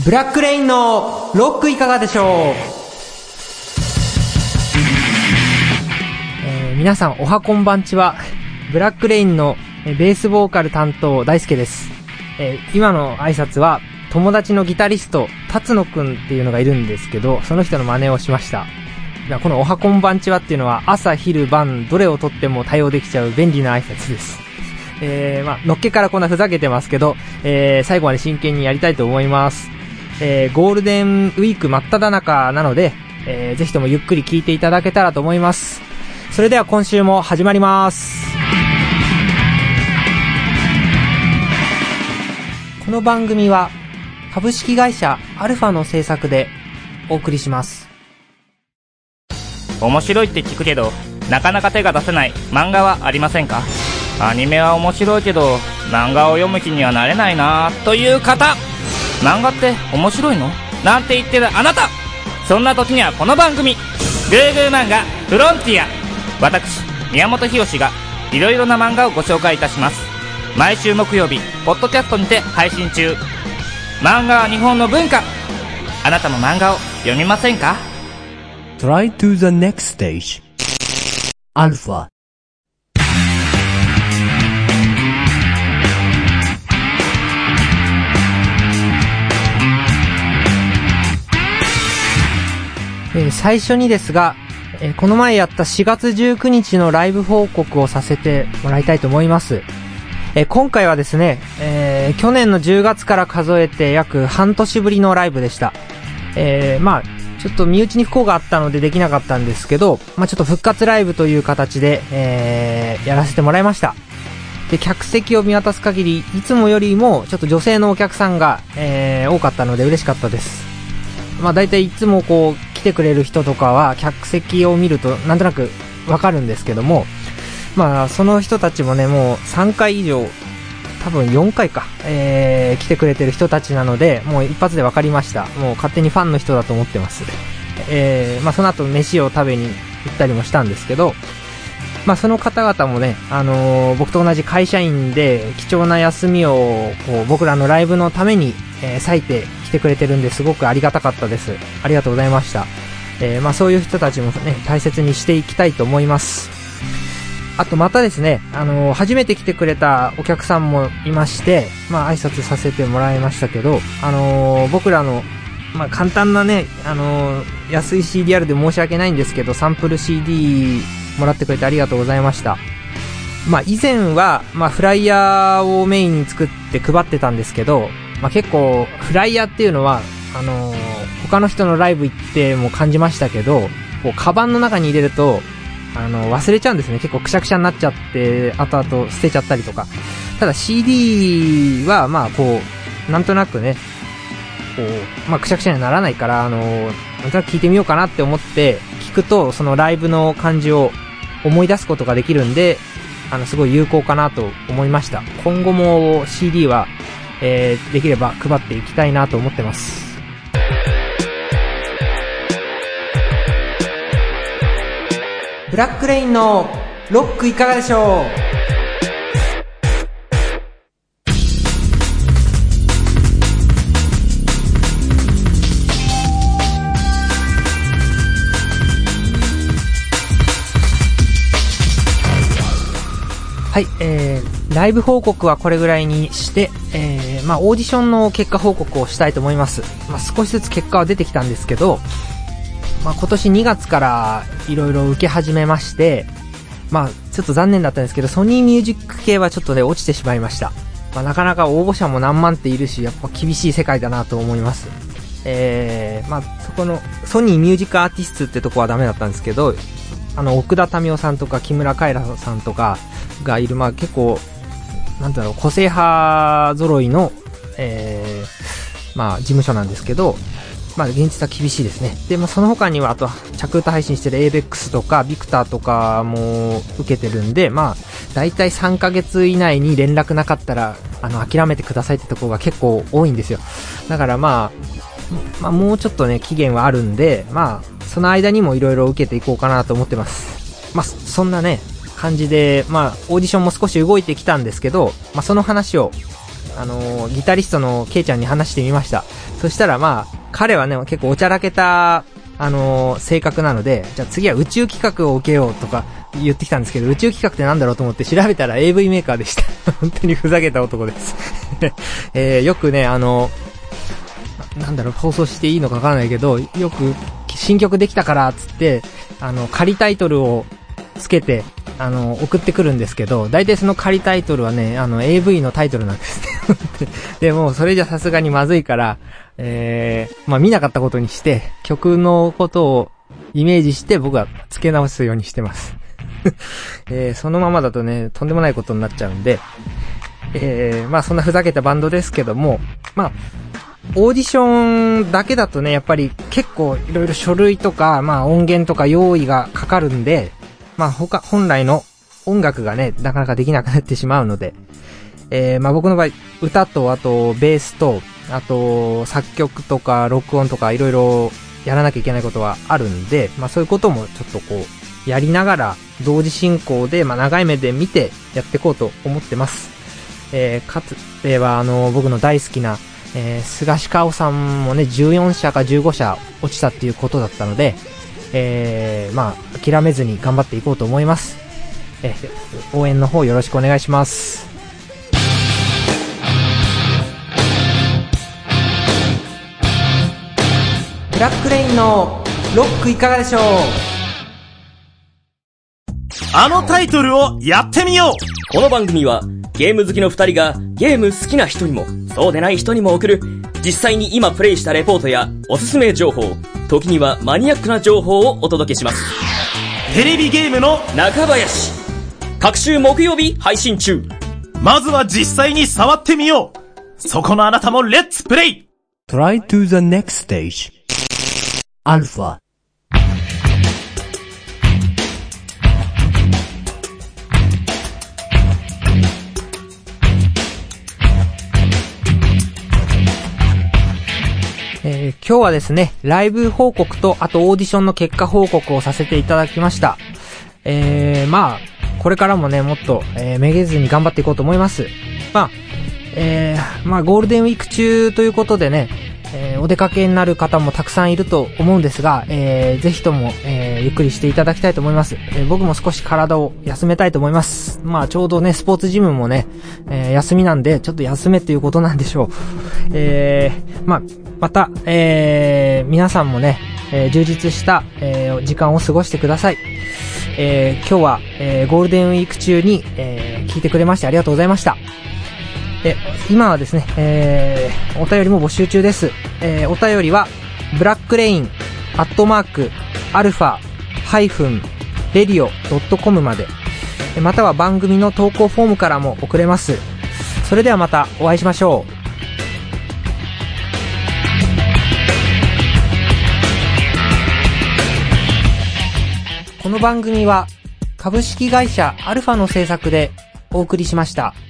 ブラックレインのロックいかがでしょう。皆さんおはこんばんちは。ブラックレインのベースボーカル担当大輔です。今の挨拶は友達のギタリスト辰野くんっていうのがいるんですけど、その人の真似をしました。このおはこんばんちはっていうのは朝昼晩どれをとっても対応できちゃう便利な挨拶です。のっけからこんなふざけてますけど、最後まで真剣にやりたいと思います。ゴールデンウィーク真っ只中なので、ぜひともゆっくり聞いていただけたらと思います。それでは今週も始まります。この番組は株式会社アルファの制作でお送りします。 面白いって聞くけどなかなか手が出せない漫画はありませんか？アニメは面白いけど漫画を読む気にはなれないなという方、漫画って面白いの？なんて言ってるあなた、そんな時にはこの番組グーグー漫画フロンティア、私宮本浩がいろいろな漫画をご紹介いたします。毎週木曜日ポッドキャストにて配信中。漫画は日本の文化、あなたも漫画を読みませんか？ Try to the next stage. Alpha。 最初にですが、この前やった4月19日のライブ報告をさせてもらいたいと思います。今回はですね、去年の10月から数えて約半年ぶりのライブでした。ちょっと身内に不幸があったのでできなかったんですけど、ちょっと復活ライブという形で、やらせてもらいました。で、客席を見渡す限り、いつもよりもちょっと女性のお客さんが、多かったので嬉しかったです。だいたいいつもこう来てくれる人とかは客席を見るとなんとなくわかるんですけども、その人たちもね、もう3回以上、多分4回か、来てくれてる人たちなので、もう一発でわかりました。もう勝手にファンの人だと思ってます。その後飯を食べに行ったりもしたんですけど、その方々もね、僕と同じ会社員で貴重な休みをこう僕らのライブのために、割いて来てくれてるんですごくありがたかったです。ありがとうございました。そういう人たちもね、大切にしていきたいと思います。あとまたですね、初めて来てくれたお客さんもいまして、挨拶させてもらいましたけど、僕らの、簡単なね、安い CDR で申し訳ないんですけど、サンプル CD もらってくれてありがとうございました。以前は、フライヤーをメインに作って配ってたんですけど、結構、フライヤーっていうのは、他の人のライブ行っても感じましたけど、こう、カバンの中に入れると、忘れちゃうんですね。結構くしゃくしゃになっちゃって、後々捨てちゃったりとか。ただ CD は、こう、なんとなくね、こう、くしゃくしゃにはならないから、なんとなく聞いてみようかなって思って、聞くと、そのライブの感じを思い出すことができるんで、すごい有効かなと思いました。今後も CD は、できれば配っていきたいなと思ってます。ブラックレインのロックいかがでしょう。はい、ライブ報告はこれぐらいにして、オーディションの結果報告をしたいと思います。少しずつ結果は出てきたんですけど、今年2月からいろいろ受け始めまして、ちょっと残念だったんですけど、ソニーミュージック系はちょっとね、落ちてしまいました。なかなか応募者も何万っているし、やっぱ厳しい世界だなと思います。そこの、ソニーミュージックアーティストってとこはダメだったんですけど、奥田民生さんとか木村カエラさんとかがいる、結構、個性派揃いの、事務所なんですけど、現実は厳しいですね。で、その他には、あと、着歌配信してる ABEX とか、ビクターとかも受けてるんで、だいたい3ヶ月以内に連絡なかったら、諦めてくださいってところが結構多いんですよ。だからもうちょっとね、期限はあるんで、その間にもいろいろ受けていこうかなと思ってます。そんなね、感じで、オーディションも少し動いてきたんですけど、その話を、 ギタリストのケイちゃんに話してみました。そしたらまあ、彼はね、結構おちゃらけた、性格なので、じゃあ次は宇宙企画を受けようとか言ってきたんですけど、宇宙企画ってなんだろうと思って調べたら AV メーカーでした。本当にふざけた男です。よくね、なんだろう、放送していいのかわからないけど、よく新曲できたからっつって、仮タイトルをつけて、送ってくるんですけど、大体その仮タイトルはね、AV のタイトルなんですね。でも、それじゃさすがにまずいから、まあ見なかったことにして、曲のことをイメージして僕は付け直すようにしてます。そのままだとね、とんでもないことになっちゃうんで、まあそんなふざけたバンドですけども、まあ、オーディションだけだとね、やっぱり結構いろいろ書類とか、まあ音源とか用意がかかるんで、まあ本来の音楽がね、なかなかできなくなってしまうので、まあ僕の場合、歌と、あとベースと、あと作曲とか録音とかいろいろやらなきゃいけないことはあるんで、まあそういうこともちょっとこう、やりながら同時進行で、まあ長い目で見てやっていこうと思ってます。かつては僕の大好きな、菅氏香さんもね、14社か15社落ちたっていうことだったので、まあ諦めずに頑張っていこうと思います。応援の方よろしくお願いします。ブラックレインのロックいかがでしょう。 あのタイトルをやってみよう。 この番組はゲーム好きの2人がゲーム好きな人にもそうでない人にも送る実際に今プレイしたレポートやおすすめ情報、時にはマニアックな情報をお届けします。 テレビゲームの中林、各週木曜日配信中。 まずは実際に触ってみよう。そこのあなたもレッツプレイ。 Try to the next stage. Alpha。 今日はですね、ライブ報告と、あとオーディションの結果報告をさせていただきました。まあ、これからもね、もっと、めげずに頑張っていこうと思います。まあ、まあ、ゴールデンウィーク中ということでね、お出かけになる方もたくさんいると思うんですが、ぜひとも、ゆっくりしていただきたいと思います。僕も少し体を休めたいと思います。まあ、ちょうどね、スポーツジムもね、休みなんで、ちょっと休めっていうことなんでしょう。まあ、また、皆さんもね、充実した、時間を過ごしてください。今日は、ゴールデンウィーク中に、聞いてくれましてありがとうございました。今はですね、お便りも募集中です。お便りは、blackrain@alpha-radio.com まで、または番組の投稿フォームからも送れます。それではまたお会いしましょう。この番組は株式会社アルファの制作でお送りしました。